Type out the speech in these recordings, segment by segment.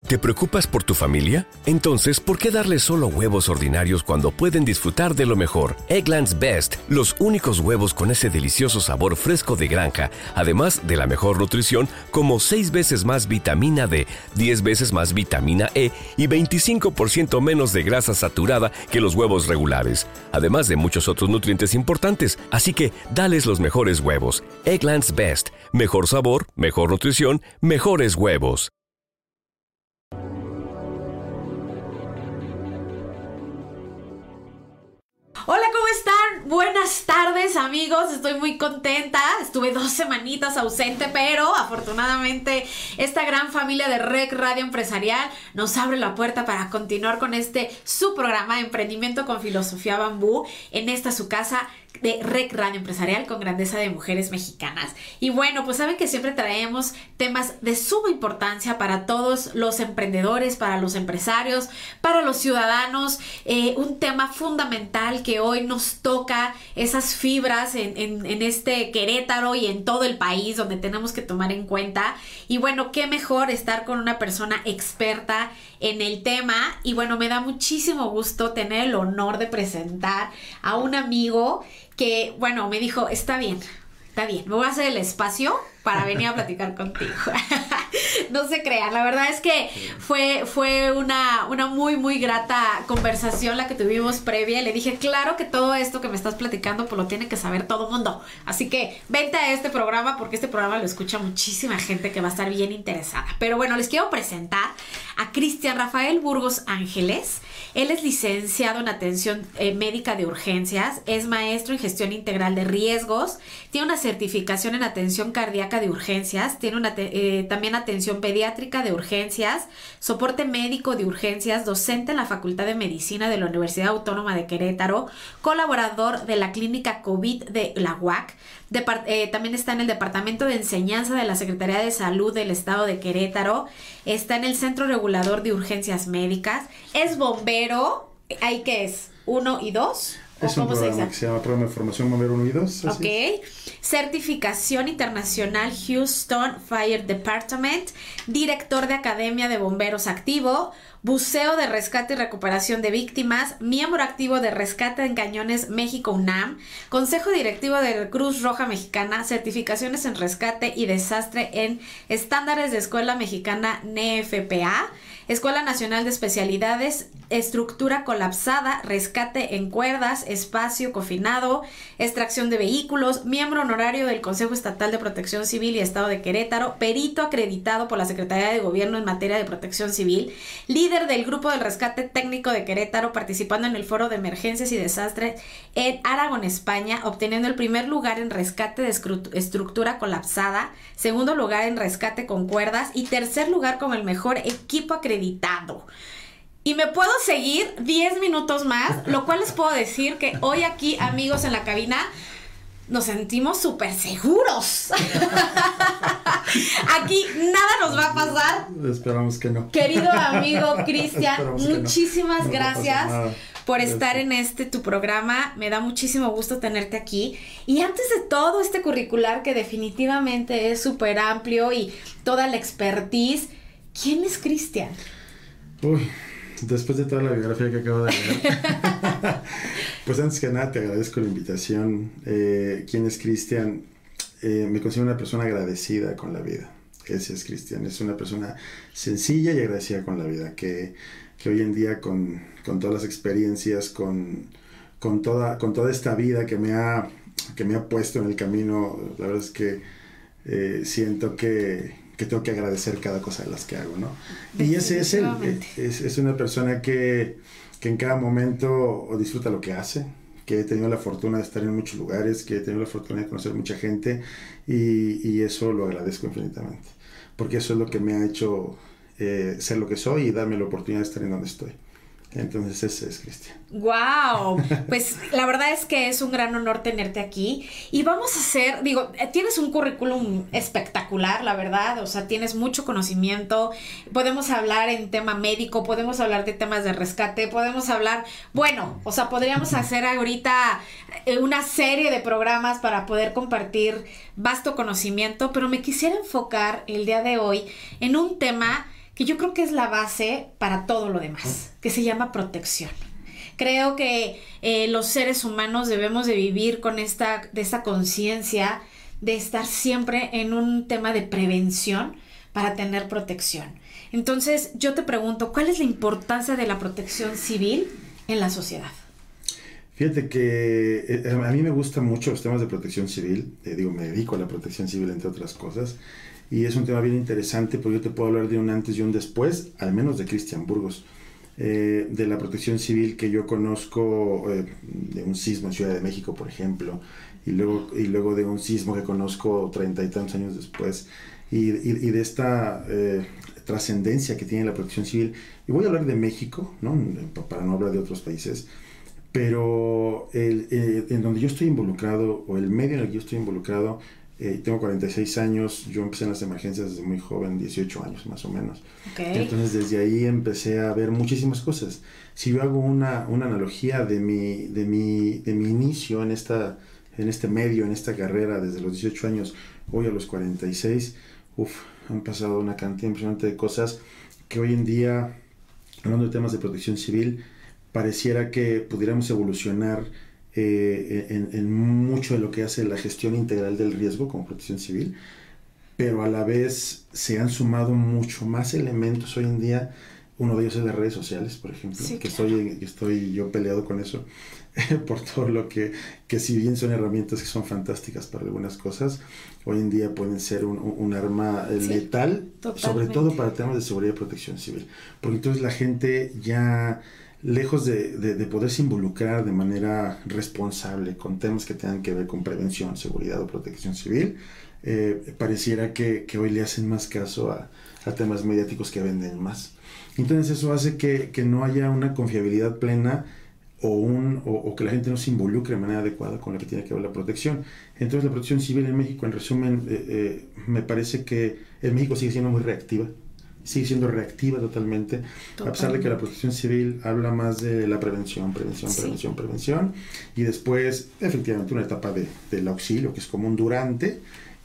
¿Te preocupas por tu familia? Entonces, ¿por qué darles solo huevos ordinarios cuando pueden disfrutar de lo mejor? Eggland's Best, los únicos huevos con ese delicioso sabor fresco de granja, además de la mejor nutrición, como 6 veces más vitamina D, 10 veces más vitamina E y 25% menos de grasa saturada que los huevos regulares, además de muchos otros nutrientes importantes. Así que, dales los mejores huevos. Eggland's Best, mejor sabor, mejor nutrición, mejores huevos. Hola, ¿cómo están? Buenas tardes, amigos. Estoy muy contenta. Estuve 2 semanitas ausente, pero afortunadamente esta gran familia de REC Radio Empresarial nos abre la puerta para continuar con su programa Emprendimiento con Filosofía Bambú en esta su casa de REC Radio Empresarial con grandeza de mujeres mexicanas. Y bueno, pues saben que siempre traemos temas de suma importancia para todos los emprendedores, para los empresarios, para los ciudadanos, un tema fundamental que hoy nos toca esas fibras en este Querétaro y en todo el país donde tenemos que tomar en cuenta. Y bueno, qué mejor estar con una persona experta en el tema. Y bueno, me da muchísimo gusto tener el honor de presentar a un amigo que, bueno, me dijo, está bien, me voy a hacer el espacio para venir a platicar contigo. No se crean, la verdad es que fue una muy, muy grata conversación la que tuvimos previa. Le dije, claro que todo esto que me estás platicando, pues lo tiene que saber todo el mundo. Así que vente a este programa, porque este programa lo escucha muchísima gente que va a estar bien interesada. Pero bueno, les quiero presentar a Cristian Rafael Burgos Ángeles. Él es licenciado en atención médica de urgencias, es maestro en gestión integral de riesgos, tiene una certificación en atención cardíaca de urgencias, tiene también atención pediátrica de urgencias, soporte médico de urgencias, docente en la Facultad de Medicina de la Universidad Autónoma de Querétaro, colaborador de la clínica COVID de la UAC, también está en el Departamento de Enseñanza de la Secretaría de Salud del Estado de Querétaro, está en el Centro Regulador de Urgencias Médicas, es bombero, ¿ahí qué es? ¿1 y 2? Es un programa que se llama Programa de Formación Bombero 1 y 2. Ok. Certificación Internacional Houston Fire Department, director de Academia de Bomberos Activo, buceo de rescate y recuperación de víctimas, miembro activo de Rescate en Cañones México UNAM, consejo directivo de Cruz Roja Mexicana, certificaciones en rescate y desastre en estándares de Escuela Mexicana NFPA, Escuela Nacional de Especialidades, estructura colapsada, rescate en cuerdas, espacio confinado, extracción de vehículos, miembro honorario del Consejo Estatal de Protección Civil y Estado de Querétaro, perito acreditado por la Secretaría de Gobierno en materia de protección civil, líder del Grupo del Rescate Técnico de Querétaro, participando en el Foro de Emergencias y Desastres en Aragón, España, obteniendo el primer lugar en rescate de estructura colapsada, segundo lugar en rescate con cuerdas y tercer lugar como el mejor equipo acreditado. Y me puedo seguir 10 minutos más, lo cual les puedo decir que hoy aquí, amigos en la cabina, nos sentimos súper seguros. Aquí nada nos va a pasar. Esperamos que no. Querido amigo Cristian, muchísimas gracias por estar en tu programa. Me da muchísimo gusto tenerte aquí. Y antes de todo este curricular que definitivamente es súper amplio y toda la expertise, ¿quién es Cristian? Uy, después de toda la biografía que acabo de leer, pues antes que nada te agradezco la invitación. ¿Quién es Cristian? Me considero una persona agradecida con la vida. Ese es Cristian, es una persona sencilla y agradecida con la vida, que hoy en día con todas las experiencias, con toda esta vida que me ha puesto en el camino, la verdad es que siento que tengo que agradecer cada cosa de las que hago, ¿no? Y ese es él, es una persona que en cada momento disfruta lo que hace, que he tenido la fortuna de estar en muchos lugares, que he tenido la fortuna de conocer mucha gente y eso lo agradezco infinitamente, porque eso es lo que me ha hecho ser lo que soy y darme la oportunidad de estar en donde estoy. Entonces ese es Cristian. ¡Wow! Pues la verdad es que es un gran honor tenerte aquí. Y vamos a hacer, tienes un currículum espectacular, la verdad. O sea, tienes mucho conocimiento. Podemos hablar en tema médico, podemos hablar de temas de rescate, podemos hablar, podríamos hacer ahorita una serie de programas para poder compartir vasto conocimiento. Pero me quisiera enfocar el día de hoy en un tema que yo creo que es la base para todo lo demás, que se llama protección. Creo que los seres humanos debemos de vivir con esta conciencia de estar siempre en un tema de prevención para tener protección. Entonces, yo te pregunto, ¿cuál es la importancia de la protección civil en la sociedad? Fíjate que a mí me gustan mucho los temas de protección civil. Me dedico a la protección civil, entre otras cosas. Y es un tema bien interesante porque yo te puedo hablar de un antes y un después, al menos de Cristian Burgos. De la protección civil que yo conozco, de un sismo en Ciudad de México, por ejemplo, y luego de un sismo que conozco 30 y tantos años después, y de esta trascendencia que tiene la protección civil. Y voy a hablar de México, ¿no? Para no hablar de otros países, pero en donde yo estoy involucrado, o el medio en el que yo estoy involucrado, tengo 46 años, yo empecé en las emergencias desde muy joven, 18 años más o menos. Okay. Entonces desde ahí empecé a ver muchísimas cosas. Si yo hago una analogía de mi inicio en este medio, en esta carrera, desde los 18 años, hoy a los 46, han pasado una cantidad impresionante de cosas que hoy en día, hablando de temas de protección civil, pareciera que pudiéramos evolucionar en mucho de lo que hace la gestión integral del riesgo como protección civil, pero a la vez se han sumado mucho más elementos hoy en día. Uno de ellos es las redes sociales, por ejemplo, sí, que claro. estoy yo peleado con eso por todo lo que si bien son herramientas que son fantásticas para algunas cosas, hoy en día pueden ser un arma letal, totalmente. Sobre todo para temas de seguridad y protección civil, porque entonces la gente ya, lejos de poderse involucrar de manera responsable con temas que tengan que ver con prevención, seguridad o protección civil, pareciera que hoy le hacen más caso a temas mediáticos que venden más. Entonces eso hace que no haya una confiabilidad plena o que la gente no se involucre de manera adecuada con la que tiene que ver la protección. Entonces la protección civil en México, en resumen, me parece que en México sigue siendo muy reactiva. Sigue siendo reactiva totalmente, a pesar de que la protección civil habla más de la prevención, y después efectivamente una etapa del auxilio, que es como un durante,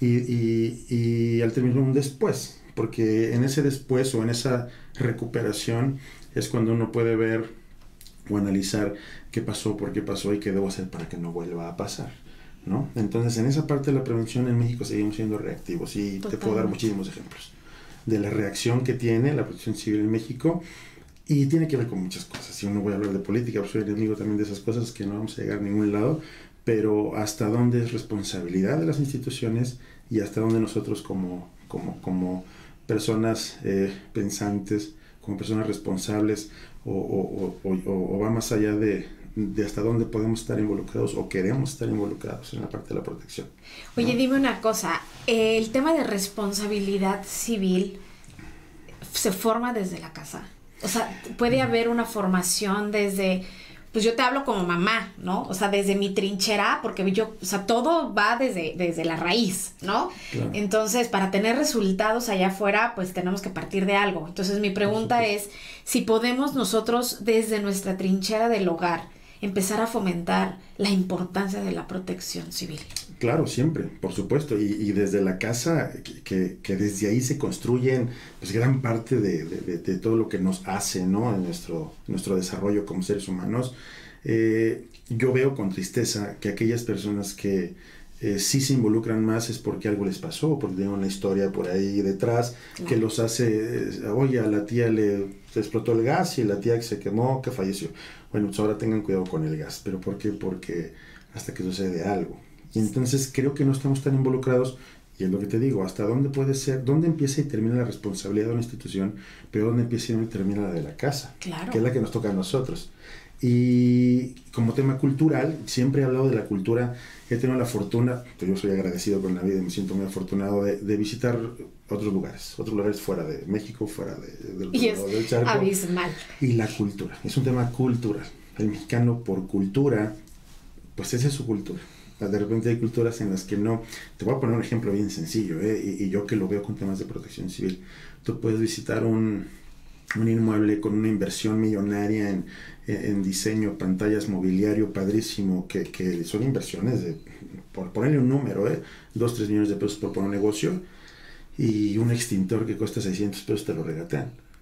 y al término un después, porque en ese después o en esa recuperación es cuando uno puede ver o analizar qué pasó, por qué pasó y qué debo hacer para que no vuelva a pasar, ¿no? Entonces en esa parte de la prevención en México seguimos siendo reactivos y te puedo dar muchísimos ejemplos de la reacción que tiene la protección civil en México, y tiene que ver con muchas cosas. Si no voy a hablar de política, pues soy enemigo también de esas cosas que no vamos a llegar a ningún lado, pero hasta dónde es responsabilidad de las instituciones y hasta dónde nosotros como personas pensantes, como personas responsables, o va más allá de hasta dónde podemos estar involucrados o queremos estar involucrados en la parte de la protección, ¿no? Oye, dime una cosa, el tema de responsabilidad civil se forma desde la casa. O sea, puede haber una formación desde, pues yo te hablo como mamá, ¿no? O sea, desde mi trinchera, porque yo, o sea, todo va desde la raíz, ¿no? Claro. Entonces, para tener resultados allá afuera, pues tenemos que partir de algo. Entonces, mi pregunta es si podemos nosotros, desde nuestra trinchera del hogar, empezar a fomentar la importancia de la protección civil. Claro, siempre, por supuesto, y desde la casa, que desde ahí se construyen pues gran parte de todo lo que nos hace, ¿no? En nuestro desarrollo como seres humanos. Yo veo con tristeza que aquellas personas que sí se involucran más es porque algo les pasó, porque tienen una historia por ahí detrás, claro, que los hace, oye, a la tía se explotó el gas y la tía que se quemó, que falleció. Bueno, pues ahora tengan cuidado con el gas. ¿Pero por qué? Porque hasta que sucede algo. Y entonces creo que no estamos tan involucrados, y es lo que te digo, hasta dónde puede ser, dónde empieza y termina la responsabilidad de una institución, pero dónde empieza y dónde termina la de la casa, claro, que es la que nos toca a nosotros. Y como tema cultural, siempre he hablado de la cultura, he tenido la fortuna, yo soy agradecido con la vida y me siento muy afortunado de visitar otros lugares fuera de México, fuera del charco. Abismal. Y la cultura, es un tema cultural. El mexicano por cultura, pues esa es su cultura. De repente hay culturas en las que no. Te voy a poner un ejemplo bien sencillo, y yo que lo veo con temas de protección civil. Tú puedes visitar un inmueble con una inversión millonaria en diseño, pantallas, mobiliario padrísimo, que son inversiones por ponerle un número, 2-3 millones de pesos por poner un negocio, y un extintor que cuesta 600 pesos te lo regatean.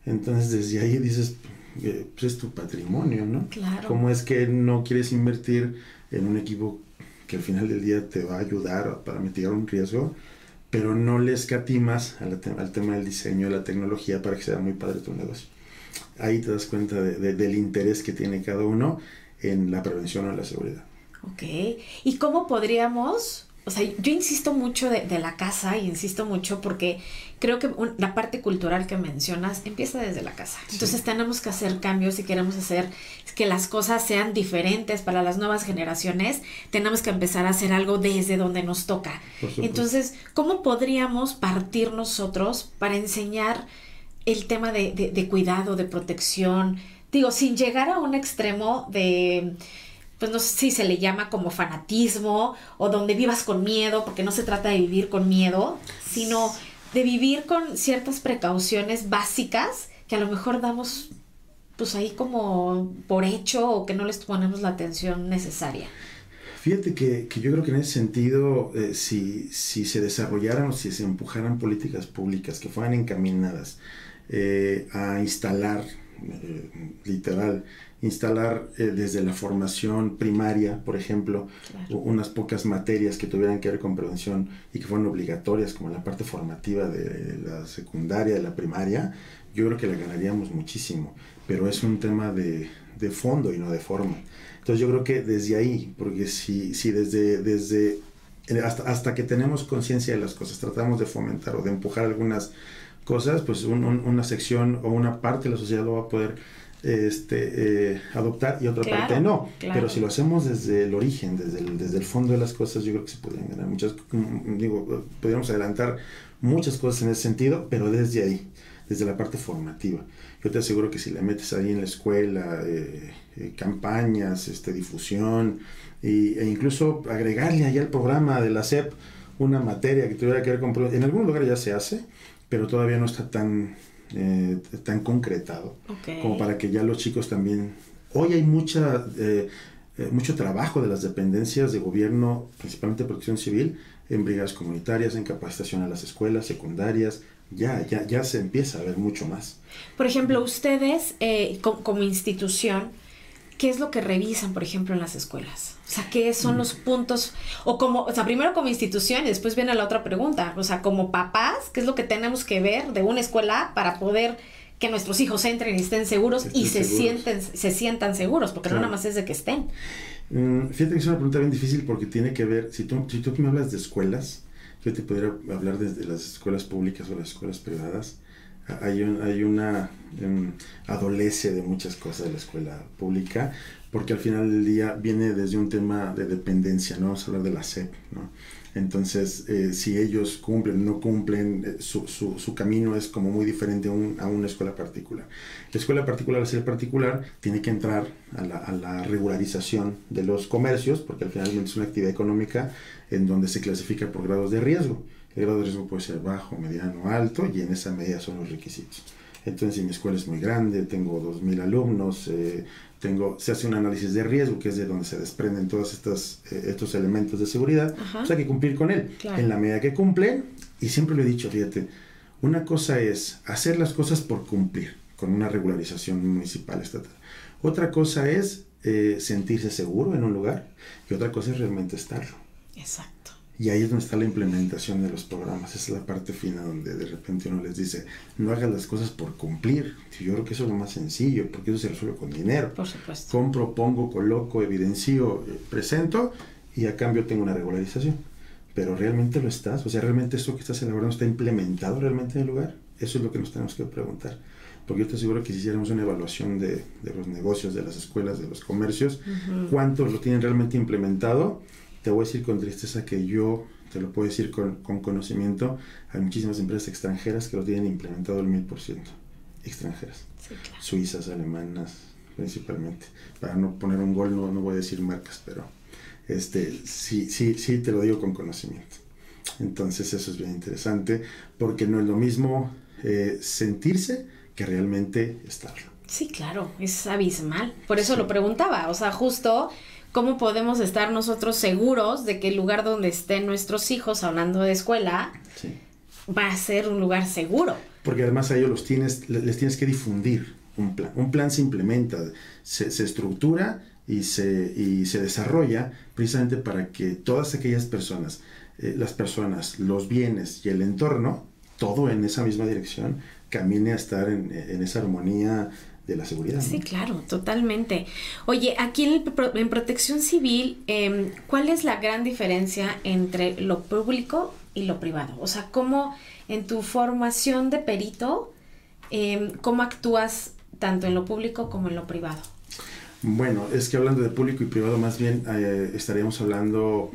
Entonces desde ahí dices, pues es tu patrimonio, ¿no? Claro. ¿Cómo es que no quieres invertir en un equipo que al final del día te va a ayudar para mitigar un riesgo, pero no le escatimas al tema del diseño, de la tecnología, para que sea muy padre tu negocio? Ahí te das cuenta del interés que tiene cada uno en la prevención o en la seguridad. Ok. ¿Y cómo podríamos...? O sea, yo insisto mucho de la casa, y insisto mucho porque creo que la parte cultural que mencionas empieza desde la casa. Entonces tenemos que hacer cambios si queremos hacer que las cosas sean diferentes para las nuevas generaciones. Tenemos que empezar a hacer algo desde donde nos toca. Entonces, ¿cómo podríamos partir nosotros para enseñar el tema de cuidado, de protección? Digo, sin llegar a un extremo de... pues no sé si se le llama como fanatismo, o donde vivas con miedo, porque no se trata de vivir con miedo, sino de vivir con ciertas precauciones básicas que a lo mejor damos pues ahí como por hecho, o que no les ponemos la atención necesaria. Fíjate que yo creo que en ese sentido, si se desarrollaran o si se empujaran políticas públicas que fueran encaminadas a instalar, literal, desde la formación primaria, por ejemplo, claro, unas pocas materias que tuvieran que ver con prevención y que fueran obligatorias, como la parte formativa de la secundaria, de la primaria, yo creo que la ganaríamos muchísimo, pero es un tema de fondo y no de forma. Entonces yo creo que desde ahí, porque si desde hasta que tenemos conciencia de las cosas, tratamos de fomentar o de empujar algunas cosas, pues una sección o una parte de la sociedad lo va a poder adoptar, y otra parte no. Claro. Pero si lo hacemos desde el origen, desde el fondo de las cosas, yo creo que se podrían ganar muchas, podríamos adelantar muchas cosas en ese sentido, pero desde ahí, desde la parte formativa. Yo te aseguro que si le metes ahí en la escuela campañas, difusión, e incluso agregarle ahí al programa de la SEP una materia que tuviera que ver con... En algunos lugares ya se hace, pero todavía no está tan concretado, como para que ya los chicos también... Hoy hay mucho trabajo de las dependencias de gobierno, principalmente protección civil, en brigadas comunitarias, en capacitación a las escuelas secundarias. Ya se empieza a ver mucho más. Por ejemplo, ustedes como institución, ¿qué es lo que revisan, por ejemplo, en las escuelas? O sea, ¿qué son los puntos? O sea, primero como institución y después viene la otra pregunta. O sea, como papás, ¿qué es lo que tenemos que ver de una escuela para poder que nuestros hijos entren y estén seguros y se sientan seguros? Porque claro, no nada más es de que estén. Fíjate que es una pregunta bien difícil, porque tiene que ver, si tú me hablas de escuelas, yo te podría hablar desde las escuelas públicas o las escuelas privadas. Hay una adolece de muchas cosas de la escuela pública, porque al final del día viene desde un tema de dependencia, ¿no? Vamos a hablar de la SEP, ¿no? Entonces, si ellos cumplen o no cumplen, su camino es como muy diferente a una escuela particular. La escuela particular, al ser particular, tiene que entrar a la regularización de los comercios, porque al final es una actividad económica en donde se clasifica por grados de riesgo. El grado de riesgo puede ser bajo, mediano, alto, y en esa medida son los requisitos. Entonces, si mi escuela es muy grande, tengo 2,000 alumnos, se hace un análisis de riesgo, que es de donde se desprenden todos estos elementos de seguridad. Pues hay que cumplir con él. Claro. En la medida que cumplen, y siempre lo he dicho, fíjate, una cosa es hacer las cosas por cumplir con una regularización municipal, estatal. Otra cosa es sentirse seguro en un lugar, y otra cosa es realmente estarlo. Exacto. Y ahí es donde está la implementación de los programas. Esa es la parte fina donde de repente uno les dice, no hagas las cosas por cumplir. Yo creo que eso es lo más sencillo, porque eso se resuelve con dinero. Por supuesto. Compro, pongo, coloco, evidencio, presento, y a cambio tengo una regularización. Pero ¿realmente lo estás? O sea, ¿realmente esto que estás elaborando está implementado realmente en el lugar? Eso es lo que nos tenemos que preguntar. Porque yo te aseguro que si hiciéramos una evaluación de los negocios, de las escuelas, de los comercios, ¿cuántos lo tienen realmente implementado? Te voy a decir con tristeza que yo te lo puedo decir con conocimiento. Hay muchísimas empresas extranjeras que lo tienen implementado al 1000%. Extranjeras. Sí, claro. Suizas, alemanas, principalmente. Para no poner un gol, no voy a decir marcas, pero sí te lo digo con conocimiento. Entonces eso es bien interesante, porque no es lo mismo sentirse que realmente estarlo. Sí, claro, es abismal. Por eso lo preguntaba. O sea, justo... ¿cómo podemos estar nosotros seguros de que el lugar donde estén nuestros hijos, hablando de escuela, va a ser un lugar seguro. Porque además a ellos les tienes que difundir un plan. Un plan se implementa, se estructura y se desarrolla precisamente para que todas aquellas personas, las personas, los bienes y el entorno, todo en esa misma dirección, camine a estar en esa armonía de la seguridad, ¿no? Sí, claro, totalmente. Oye, aquí en Protección Civil, ¿cuál es la gran diferencia entre lo público y lo privado? O sea, ¿cómo en tu formación de perito, cómo actúas tanto en lo público como en lo privado? Bueno, es que hablando de público y privado, más bien estaríamos hablando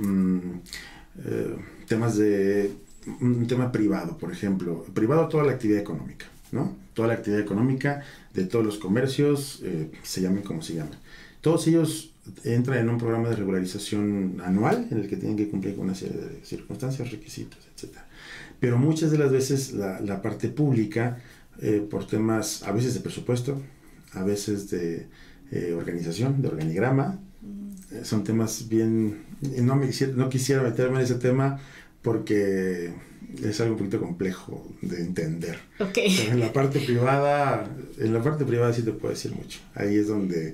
temas de un tema privado, por ejemplo. Privado, toda la actividad económica, ¿no? Toda la actividad económica de todos los comercios, se llamen como se llamen. Todos ellos entran en un programa de regularización anual en el que tienen que cumplir con una serie de circunstancias, requisitos, etc. Pero muchas de las veces la parte pública, por temas a veces de presupuesto, a veces de organización, de organigrama, son temas bien... No quisiera meterme en ese tema porque es algo un poquito complejo de entender. Okay. Pero en la parte privada sí te puedo decir mucho. Ahí es donde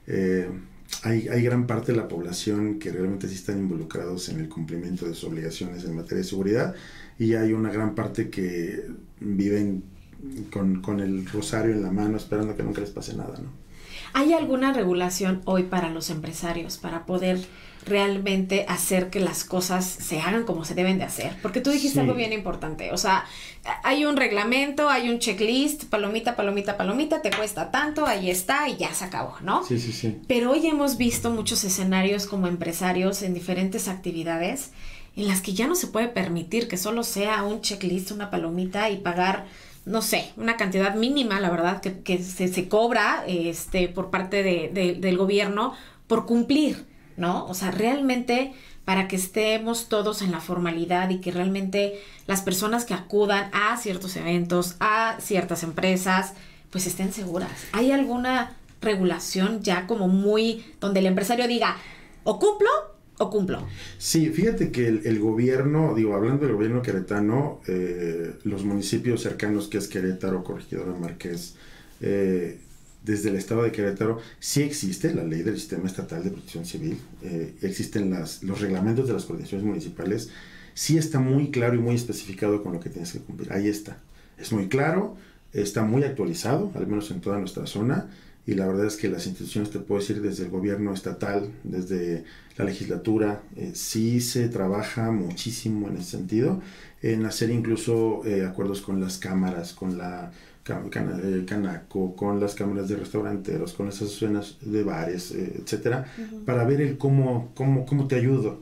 hay gran parte de la población que realmente sí están involucrados en el cumplimiento de sus obligaciones en materia de seguridad, y hay una gran parte que viven con el rosario en la mano esperando que nunca les pase nada, ¿no? ¿Hay alguna regulación hoy para los empresarios para poder realmente hacer que las cosas se hagan como se deben de hacer? Porque tú dijiste algo bien importante, o sea, hay un reglamento, hay un checklist, palomita, palomita, palomita, te cuesta tanto, ahí está y ya se acabó, ¿no? Sí. Pero hoy hemos visto muchos escenarios como empresarios en diferentes actividades en las que ya no se puede permitir que solo sea un checklist, una palomita y pagar, no sé, una cantidad mínima, la verdad, que se cobra por parte del gobierno por cumplir, ¿no? O sea, realmente para que estemos todos en la formalidad y que realmente las personas que acudan a ciertos eventos, a ciertas empresas, pues estén seguras. ¿Hay alguna regulación ya como muy donde el empresario diga, o cumplo o cumplo? Sí, fíjate que el gobierno, hablando del gobierno queretano, los municipios cercanos, que es Querétaro, Corregidora, Márquez, desde el estado de Querétaro, sí existe la ley del Sistema Estatal de Protección Civil, existen los reglamentos de las coordinaciones municipales, sí está muy claro y muy especificado con lo que tienes que cumplir, ahí está, es muy claro, está muy actualizado, al menos en toda nuestra zona, y la verdad es que las instituciones, te puedo decir, desde el gobierno estatal, desde la legislatura, sí se trabaja muchísimo en ese sentido, en hacer incluso acuerdos con las cámaras, con la Canaco, con las cámaras de restauranteros, con las asociaciones de bares, etcétera, para ver cómo te ayudo,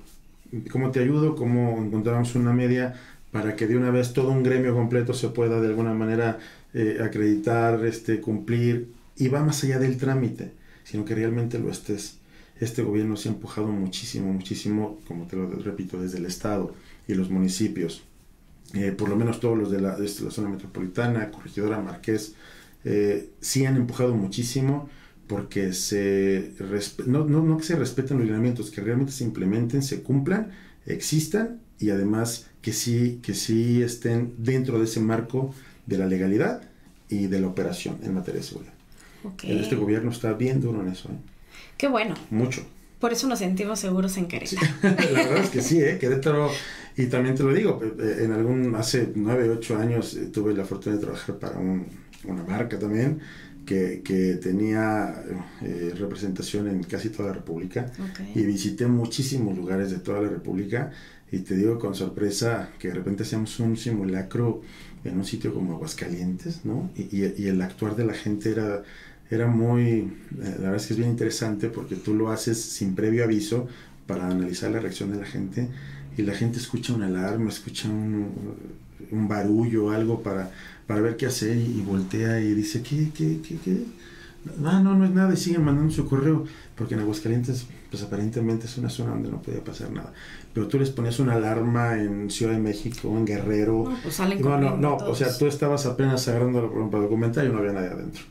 cómo encontramos una media para que de una vez todo un gremio completo se pueda de alguna manera acreditar, cumplir, y va más allá del trámite, sino que realmente lo estés. Este gobierno se ha empujado muchísimo, como te lo repito, desde el estado y los municipios, por lo menos todos los de la zona metropolitana, Corregidora, Márquez, sí han empujado muchísimo porque no que se respeten los lineamientos, que realmente se implementen, se cumplan, existan, y además que sí estén dentro de ese marco de la legalidad y de la operación en materia de seguridad. Okay. Este gobierno está bien duro en eso. Qué bueno. Mucho. Por eso nos sentimos seguros en Querétaro. Sí, la verdad es que sí, Querétaro, y también te lo digo, hace 9, 8 años tuve la fortuna de trabajar para una marca también que tenía representación en casi toda la República. Okay. Y visité muchísimos lugares de toda la República, y te digo con sorpresa que de repente hacíamos un simulacro en un sitio como Aguascalientes, ¿no? Y el actuar de la gente era muy, la verdad es que es bien interesante porque tú lo haces sin previo aviso para analizar la reacción de la gente, y la gente escucha una alarma, escucha un barullo, algo para ver qué hacer, y voltea y dice, ¿qué? No es nada, y siguen mandando su correo, porque en Aguascalientes pues aparentemente es una zona donde no podía pasar nada, pero tú les ponías una alarma en Ciudad de México, en Guerrero, no, pues salen corriendo todos. O sea, tú estabas apenas agarrándolo para documentar y no había nadie adentro.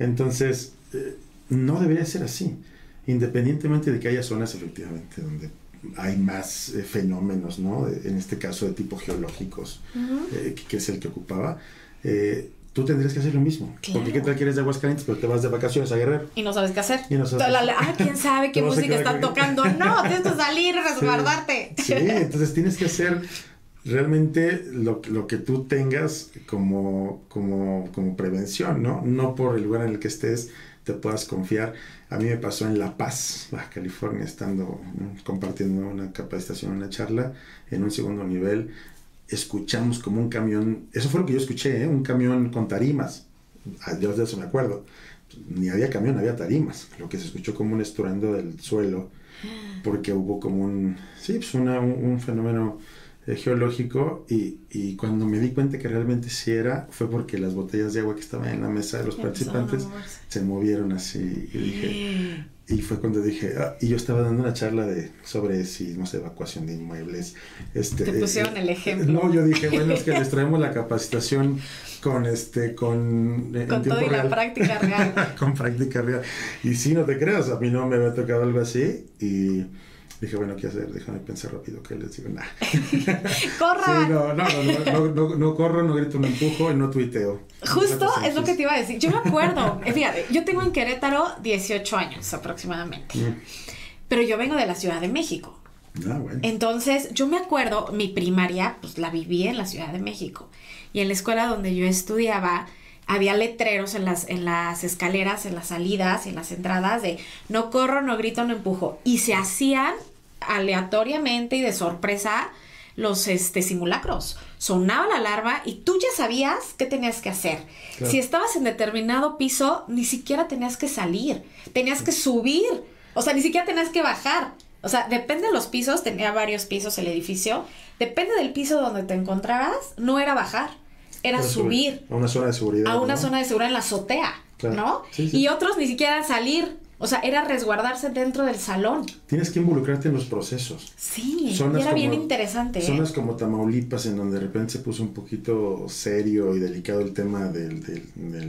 Entonces no debería ser así, independientemente de que haya zonas efectivamente donde hay más fenómenos, ¿no? En este caso de tipo geológicos, que es el que ocupaba. Tú tendrías que hacer lo mismo. Claro. Porque qué tal que eres de Aguascalientes, pero te vas de vacaciones a Guerrero. Y no sabes qué hacer. ¿Quién sabe qué música están tocando? No, tienes que salir, resguardarte. Sí, entonces tienes que hacer realmente lo que tú tengas como prevención, ¿no? No por el lugar en el que estés te puedas confiar. A mí me pasó en La Paz, Baja California, estando compartiendo una capacitación, una charla en un segundo nivel. Escuchamos como un camión, eso fue lo que yo escuché, un camión con tarimas. Yo de eso me acuerdo. Ni había camión, había tarimas. Lo que se escuchó como un estruendo del suelo, porque hubo como un fenómeno geológico, y cuando me di cuenta que realmente sí era, fue porque las botellas de agua que estaban en la mesa de los participantes se movieron así, y fue cuando dije, y yo estaba dando una charla sobre sismos, evacuación de inmuebles. Te pusieron el ejemplo. No, yo dije, bueno, es que les traemos la capacitación con todo y la práctica real. Con práctica real. Y sí, no te creas, a mí no me había tocado algo así, y dije, bueno, ¿qué hacer? Déjame pensar rápido. ¿Qué les digo? Nah. ¡Corran! Sí, no corro, no grito, no empujo y no tuiteo. Justo es lo que te iba a decir. Yo me acuerdo, fíjate, yo tengo en Querétaro 18 años aproximadamente. Pero yo vengo de la Ciudad de México. Bueno. Entonces, yo me acuerdo, mi primaria, pues la viví en la Ciudad de México. Y en la escuela donde yo estudiaba, había letreros en las escaleras, en las salidas y en las entradas de no corro, no grito, no empujo. Y se hacían aleatoriamente y de sorpresa los simulacros. Sonaba la alarma y tú ya sabías qué tenías que hacer. Claro. Si estabas en determinado piso, ni siquiera tenías que salir. Tenías que subir. O sea, ni siquiera tenías que bajar. O sea, depende de los pisos. Tenía varios pisos el edificio. Depende del piso donde te encontrabas. No era bajar. Era subir. A una zona de seguridad. A una zona de seguridad en la azotea, claro. ¿No? Sí. Y otros ni siquiera salir. O sea, era resguardarse dentro del salón. Tienes que involucrarte en los procesos. Sí, y era bien interesante. Zonas como Tamaulipas, en donde de repente se puso un poquito serio y delicado el tema de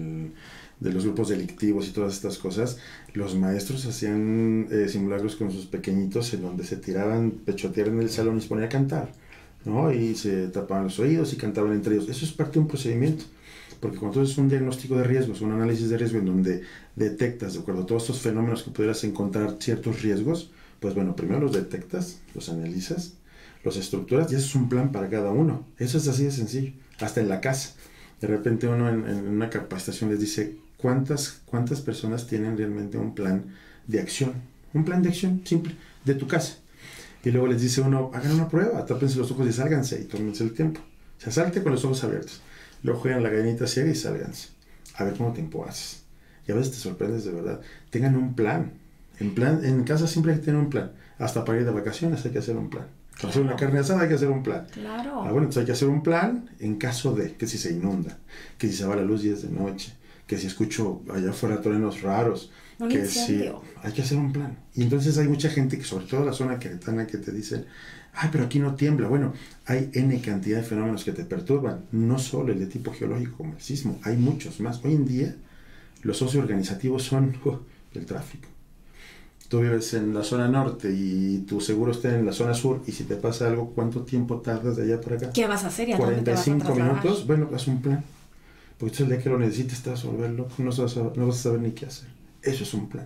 los grupos delictivos y todas estas cosas. Los maestros hacían simulacros con sus pequeñitos, en donde se tiraban, pechoteaban en el salón y se ponían a cantar, ¿no? Y se tapaban los oídos y cantaban entre ellos. Eso es parte de un procedimiento, porque cuando tú haces un diagnóstico de riesgos, un análisis de riesgo en donde detectas, de acuerdo a todos estos fenómenos que pudieras encontrar ciertos riesgos, pues bueno, primero los detectas, los analizas, los estructuras, y eso es un plan para cada uno. Eso es así de sencillo, hasta en la casa. De repente uno en una capacitación les dice, ¿cuántas personas tienen realmente un plan de acción? Un plan de acción simple, de tu casa. Y luego les dice uno, hagan una prueba, tápense los ojos y sálganse y tómense el tiempo. O sea, salte con los ojos abiertos. Luego juegan la gallinita ciega y sálganse. A ver cómo tiempo haces. Y a veces te sorprendes de verdad. Tengan un plan. En casa siempre hay que tener un plan. Hasta para ir de vacaciones hay que hacer un plan. Para hacer una carne asada hay que hacer un plan. Claro. Bueno, entonces hay que hacer un plan en caso de que si se inunda, que si se va la luz y es de noche, que si escucho allá afuera truenos raros, que si hay que hacer un plan. Y entonces hay mucha gente que, sobre todo la zona queretana, que te dicen, ay, pero aquí no tiembla. Bueno, hay N cantidad de fenómenos que te perturban, no solo el de tipo geológico como el sismo, hay muchos más. Hoy en día los socioorganizativos son el tráfico. Tú vives en la zona norte y tu seguro está en la zona sur, y si te pasa algo, ¿cuánto tiempo tardas de allá para acá? ¿Qué vas a hacer? 45 minutos. Bueno, haz un plan. Porque tú el día que lo necesites te vas a volver loco, no vas a saber ni qué hacer. Eso es un plan.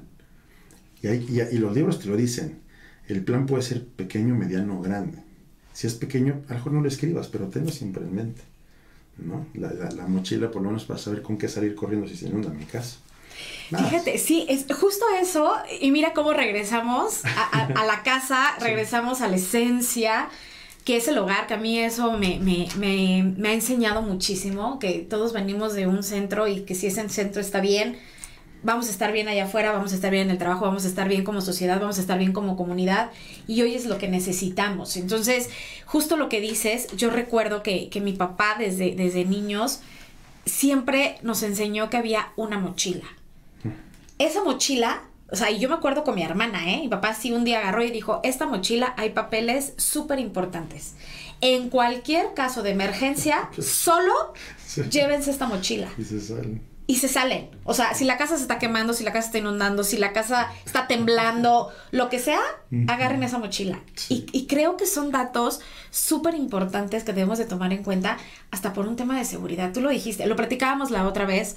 Y los libros te lo dicen. El plan puede ser pequeño, mediano o grande. Si es pequeño, a lo mejor no lo escribas, pero tenlo siempre en mente, ¿no? La mochila, por lo menos, para saber con qué salir corriendo si se inunda mi casa. Nada. Fíjate, sí, es justo eso. Y mira cómo regresamos a la casa, regresamos a la esencia, que es el hogar, que a mí eso me ha enseñado muchísimo, que todos venimos de un centro y que si ese centro está bien, vamos a estar bien allá afuera, vamos a estar bien en el trabajo, vamos a estar bien como sociedad, vamos a estar bien como comunidad, y hoy es lo que necesitamos. Entonces, justo lo que dices, yo recuerdo que mi papá desde niños siempre nos enseñó que había una mochila. Esa mochila, o sea, y yo me acuerdo con mi hermana, mi papá sí un día agarró y dijo, esta mochila hay papeles súper importantes. En cualquier caso de emergencia, solo llévense esta mochila. y se salen. O sea, si la casa se está quemando, si la casa está inundando, si la casa está temblando, lo que sea, agarren esa mochila. Sí. Y creo que son datos súper importantes que debemos de tomar en cuenta hasta por un tema de seguridad. Tú lo dijiste, lo platicábamos la otra vez,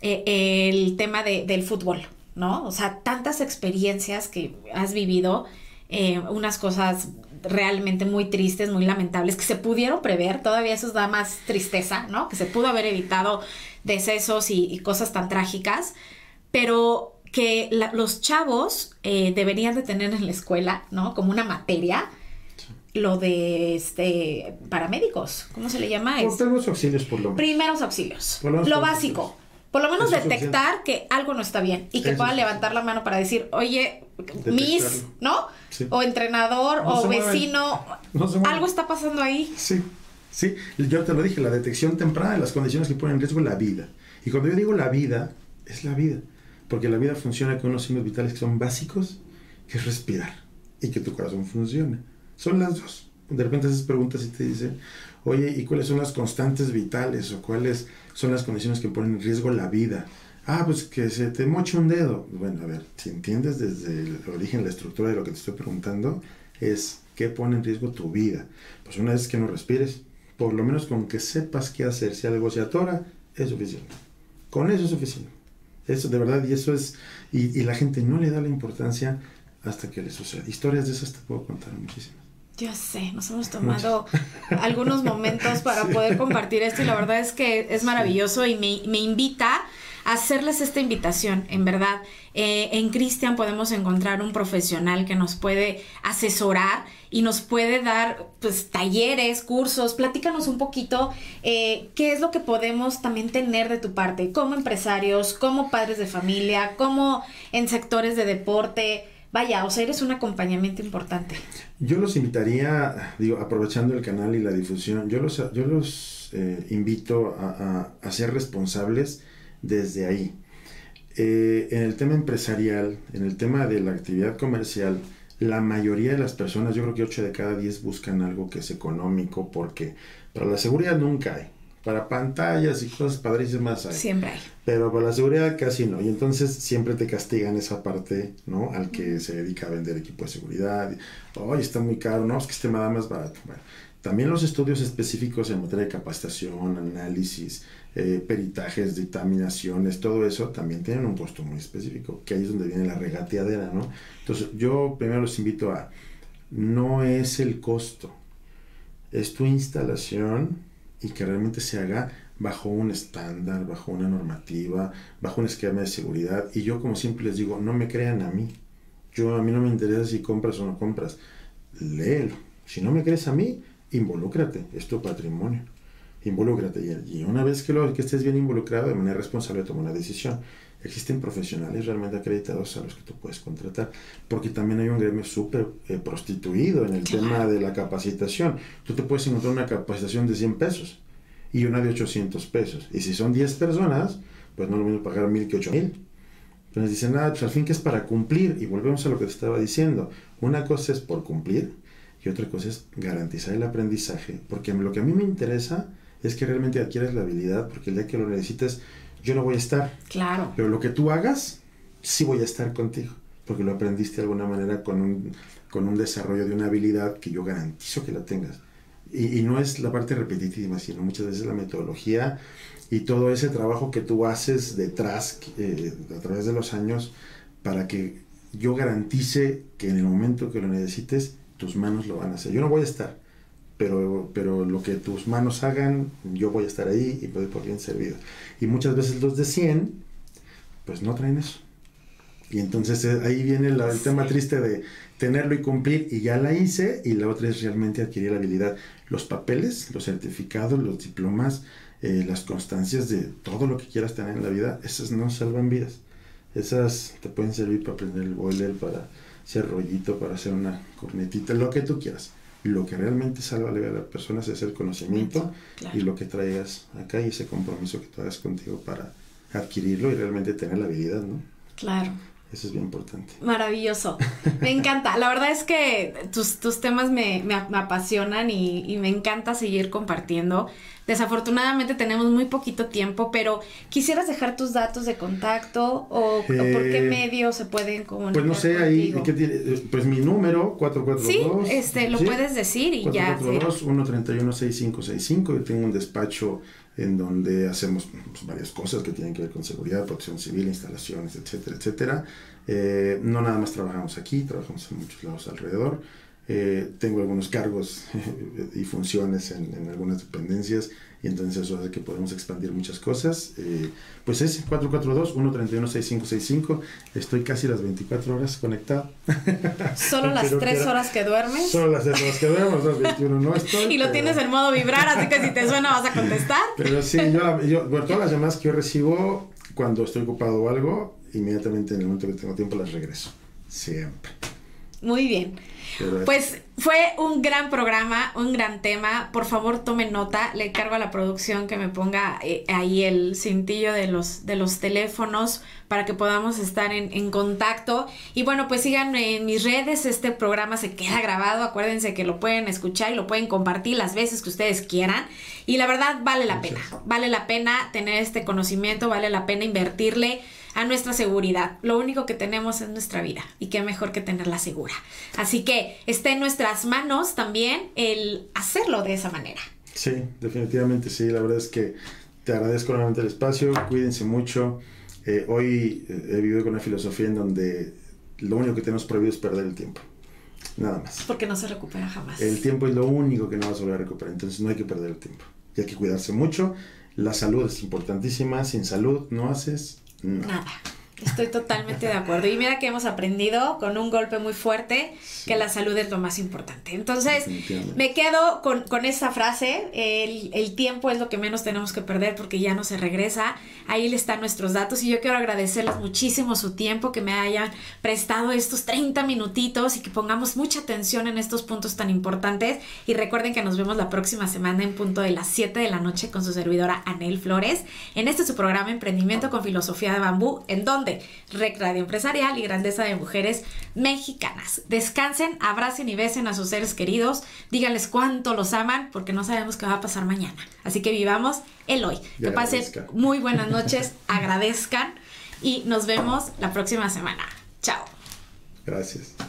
el tema del fútbol, ¿no? O sea, tantas experiencias que has vivido, unas cosas realmente muy tristes, muy lamentables, que se pudieron prever, todavía eso da más tristeza, ¿no? Que se pudo haber evitado decesos y cosas tan trágicas, pero que los chavos deberían de tener en la escuela, ¿no? Como una materia, lo de paramédicos, ¿cómo se le llama? Primeros auxilios, por lo menos. Primeros auxilios, Por lo menos lo primeros básico. auxilios. Por lo menos Eso es detectar que algo no está bien y que Eso puedan es levantar la mano para decir, oye, Miss, ¿no? Sí. O entrenador, No o se mueven. vecino, No se mueven. algo está pasando ahí. Sí, sí, yo te lo dije, la detección temprana de las condiciones que ponen en riesgo la vida. Y cuando yo digo la vida, es la vida. Porque la vida funciona con unos signos vitales que son básicos, que es respirar y que tu corazón funcione. Son las dos. De repente haces preguntas y te dicen, oye, ¿y cuáles son las constantes vitales? ¿O cuáles son las condiciones que ponen en riesgo la vida? Ah, pues que se te moche un dedo. Bueno, a ver, si entiendes desde el origen, la estructura de lo que te estoy preguntando, es ¿qué pone en riesgo tu vida? Pues una vez que no respires, por lo menos con que sepas qué hacer, si algo se atora, es suficiente. Con eso es suficiente. Eso de verdad, y eso es, y la gente no le da la importancia hasta que le sucede. Historias de esas te puedo contar muchísimas. Yo sé, nos hemos tomado algunos momentos para poder compartir esto y la verdad es que es maravilloso y me invita a hacerles esta invitación, en verdad. En Cristian podemos encontrar un profesional que nos puede asesorar y nos puede dar pues talleres, cursos. Platícanos un poquito qué es lo que podemos también tener de tu parte como empresarios, como padres de familia, como en sectores de deporte. Vaya, o sea, eres un acompañamiento importante. Yo los invitaría, digo, aprovechando el canal y la difusión, yo los invito a ser responsables desde ahí. En el tema empresarial, en el tema de la actividad comercial, la mayoría de las personas, yo creo que 8 de cada 10 buscan algo que es económico, porque para la seguridad nunca hay. Para pantallas y cosas padrísimas hay. Siempre hay. Pero para la seguridad casi no. Y entonces siempre te castigan esa parte, ¿no? Al que se dedica a vender equipo de seguridad. Oye, está muy caro. No, es que esté nada más barato. Bueno, también los estudios específicos en materia de capacitación, análisis, peritajes, dictaminaciones, todo eso también tienen un costo muy específico, que ahí es donde viene la regateadera, ¿no? Entonces yo primero los invito a, no es el costo, es tu instalación y que realmente se haga bajo un estándar, bajo una normativa, bajo un esquema de seguridad. Y yo, como siempre les digo, no me crean a mí. A mí no me interesa si compras o no compras. Léelo. Si no me crees a mí, involúcrate. Es tu patrimonio. Involúcrate. Y una vez que estés bien involucrado, de manera responsable, toma una decisión. Existen profesionales realmente acreditados a los que tú puedes contratar, porque también hay un gremio súper prostituido en el tema de la capacitación. Tú te puedes encontrar una capacitación de 100 pesos y una de 800 pesos. Y si son 10 personas, pues no lo mismo pagar 1,000 que 8,000. Entonces dicen, pues al fin que es para cumplir. Y volvemos a lo que te estaba diciendo. Una cosa es por cumplir y otra cosa es garantizar el aprendizaje. Porque lo que a mí me interesa es que realmente adquieras la habilidad, porque el día que lo necesites, yo no voy a estar. Claro. Pero lo que tú hagas, sí voy a estar contigo. Porque lo aprendiste de alguna manera con un desarrollo de una habilidad que yo garantizo que la tengas. Y no es la parte repetitiva, sino muchas veces la metodología y todo ese trabajo que tú haces detrás, a través de los años, para que yo garantice que en el momento que lo necesites, tus manos lo van a hacer. Yo no voy a estar, pero lo que tus manos hagan, yo voy a estar ahí y voy por bien servido. Y muchas veces los de 100, pues no traen eso. Y entonces ahí viene el tema triste de tenerlo y cumplir, y ya la hice, y la otra es realmente adquirir la habilidad. Los papeles, los certificados, los diplomas, las constancias de todo lo que quieras tener en la vida, esas no salvan vidas. Esas te pueden servir para aprender el boiler, para hacer rollito, para hacer una cornetita, lo que tú quieras. Lo que realmente salva la vida de las personas es el conocimiento, claro, y lo que traigas acá y ese compromiso que tú hagas contigo para adquirirlo y realmente tener la habilidad, ¿no? Claro. Eso es bien importante. Maravilloso. Me encanta. La verdad es que tus temas me apasionan y me encanta seguir compartiendo. Desafortunadamente tenemos muy poquito tiempo, pero ¿quisieras dejar tus datos de contacto o por qué medio se pueden comunicar? Pues no sé, ahí, ¿qué tiene? Pues mi número, 442. Sí, lo puedes decir y 442-131-6565. Yo tengo un despacho en donde hacemos varias cosas que tienen que ver con seguridad, protección civil, instalaciones, etcétera, etcétera. No nada más trabajamos aquí, trabajamos en muchos lados alrededor. Tengo algunos cargos y funciones en algunas dependencias y entonces eso hace que podemos expandir muchas cosas. Pues es 442-131-6565. Estoy casi las 24 horas conectado. ¿Solo las 3 horas que duermes? Solo las 3 horas que duermo, las 21 no estoy. Y lo tienes en modo vibrar, así que si te suena vas a contestar. Pero sí, yo todas las llamadas que yo recibo cuando estoy ocupado o algo, inmediatamente en el momento que tengo tiempo las regreso. Siempre. Muy bien. Pues fue un gran programa, un gran tema. Por favor, tomen nota. Le encargo a la producción que me ponga ahí el cintillo de los teléfonos para que podamos estar en contacto. Y bueno, pues síganme en mis redes. Este programa se queda grabado. Acuérdense que lo pueden escuchar y lo pueden compartir las veces que ustedes quieran. Y la verdad vale la pena. Vale la pena tener este conocimiento. Vale la pena invertirle a nuestra seguridad. Lo único que tenemos es nuestra vida y qué mejor que tenerla segura. Así que está en nuestras manos también el hacerlo de esa manera. Sí, definitivamente sí. La verdad es que te agradezco nuevamente el espacio. Cuídense mucho. Hoy he vivido con una filosofía en donde lo único que tenemos prohibido es perder el tiempo. Nada más. Porque no se recupera jamás. El tiempo es lo único que no vas a volver a recuperar. Entonces no hay que perder el tiempo. Y hay que cuidarse mucho. La salud es importantísima. Sin salud no haces nada. Estoy totalmente de acuerdo. Y mira que hemos aprendido con un golpe muy fuerte que la salud es lo más importante. Entonces, me quedo con esa frase. El tiempo es lo que menos tenemos que perder porque ya no se regresa. Ahí están nuestros datos. Y yo quiero agradecerles muchísimo su tiempo, que me hayan prestado estos 30 minutitos y que pongamos mucha atención en estos puntos tan importantes. Y recuerden que nos vemos la próxima semana en punto de las 7 de la noche con su servidora Anel Flores. En su programa Emprendimiento con Filosofía de Bambú, en donde REC Radio Empresarial y Grandeza de Mujeres Mexicanas. Descansen, abracen y besen a sus seres queridos, díganles cuánto los aman, porque no sabemos qué va a pasar mañana. Así que vivamos el hoy. Que pasen muy buenas noches, agradezcan y nos vemos la próxima semana. Chao. Gracias.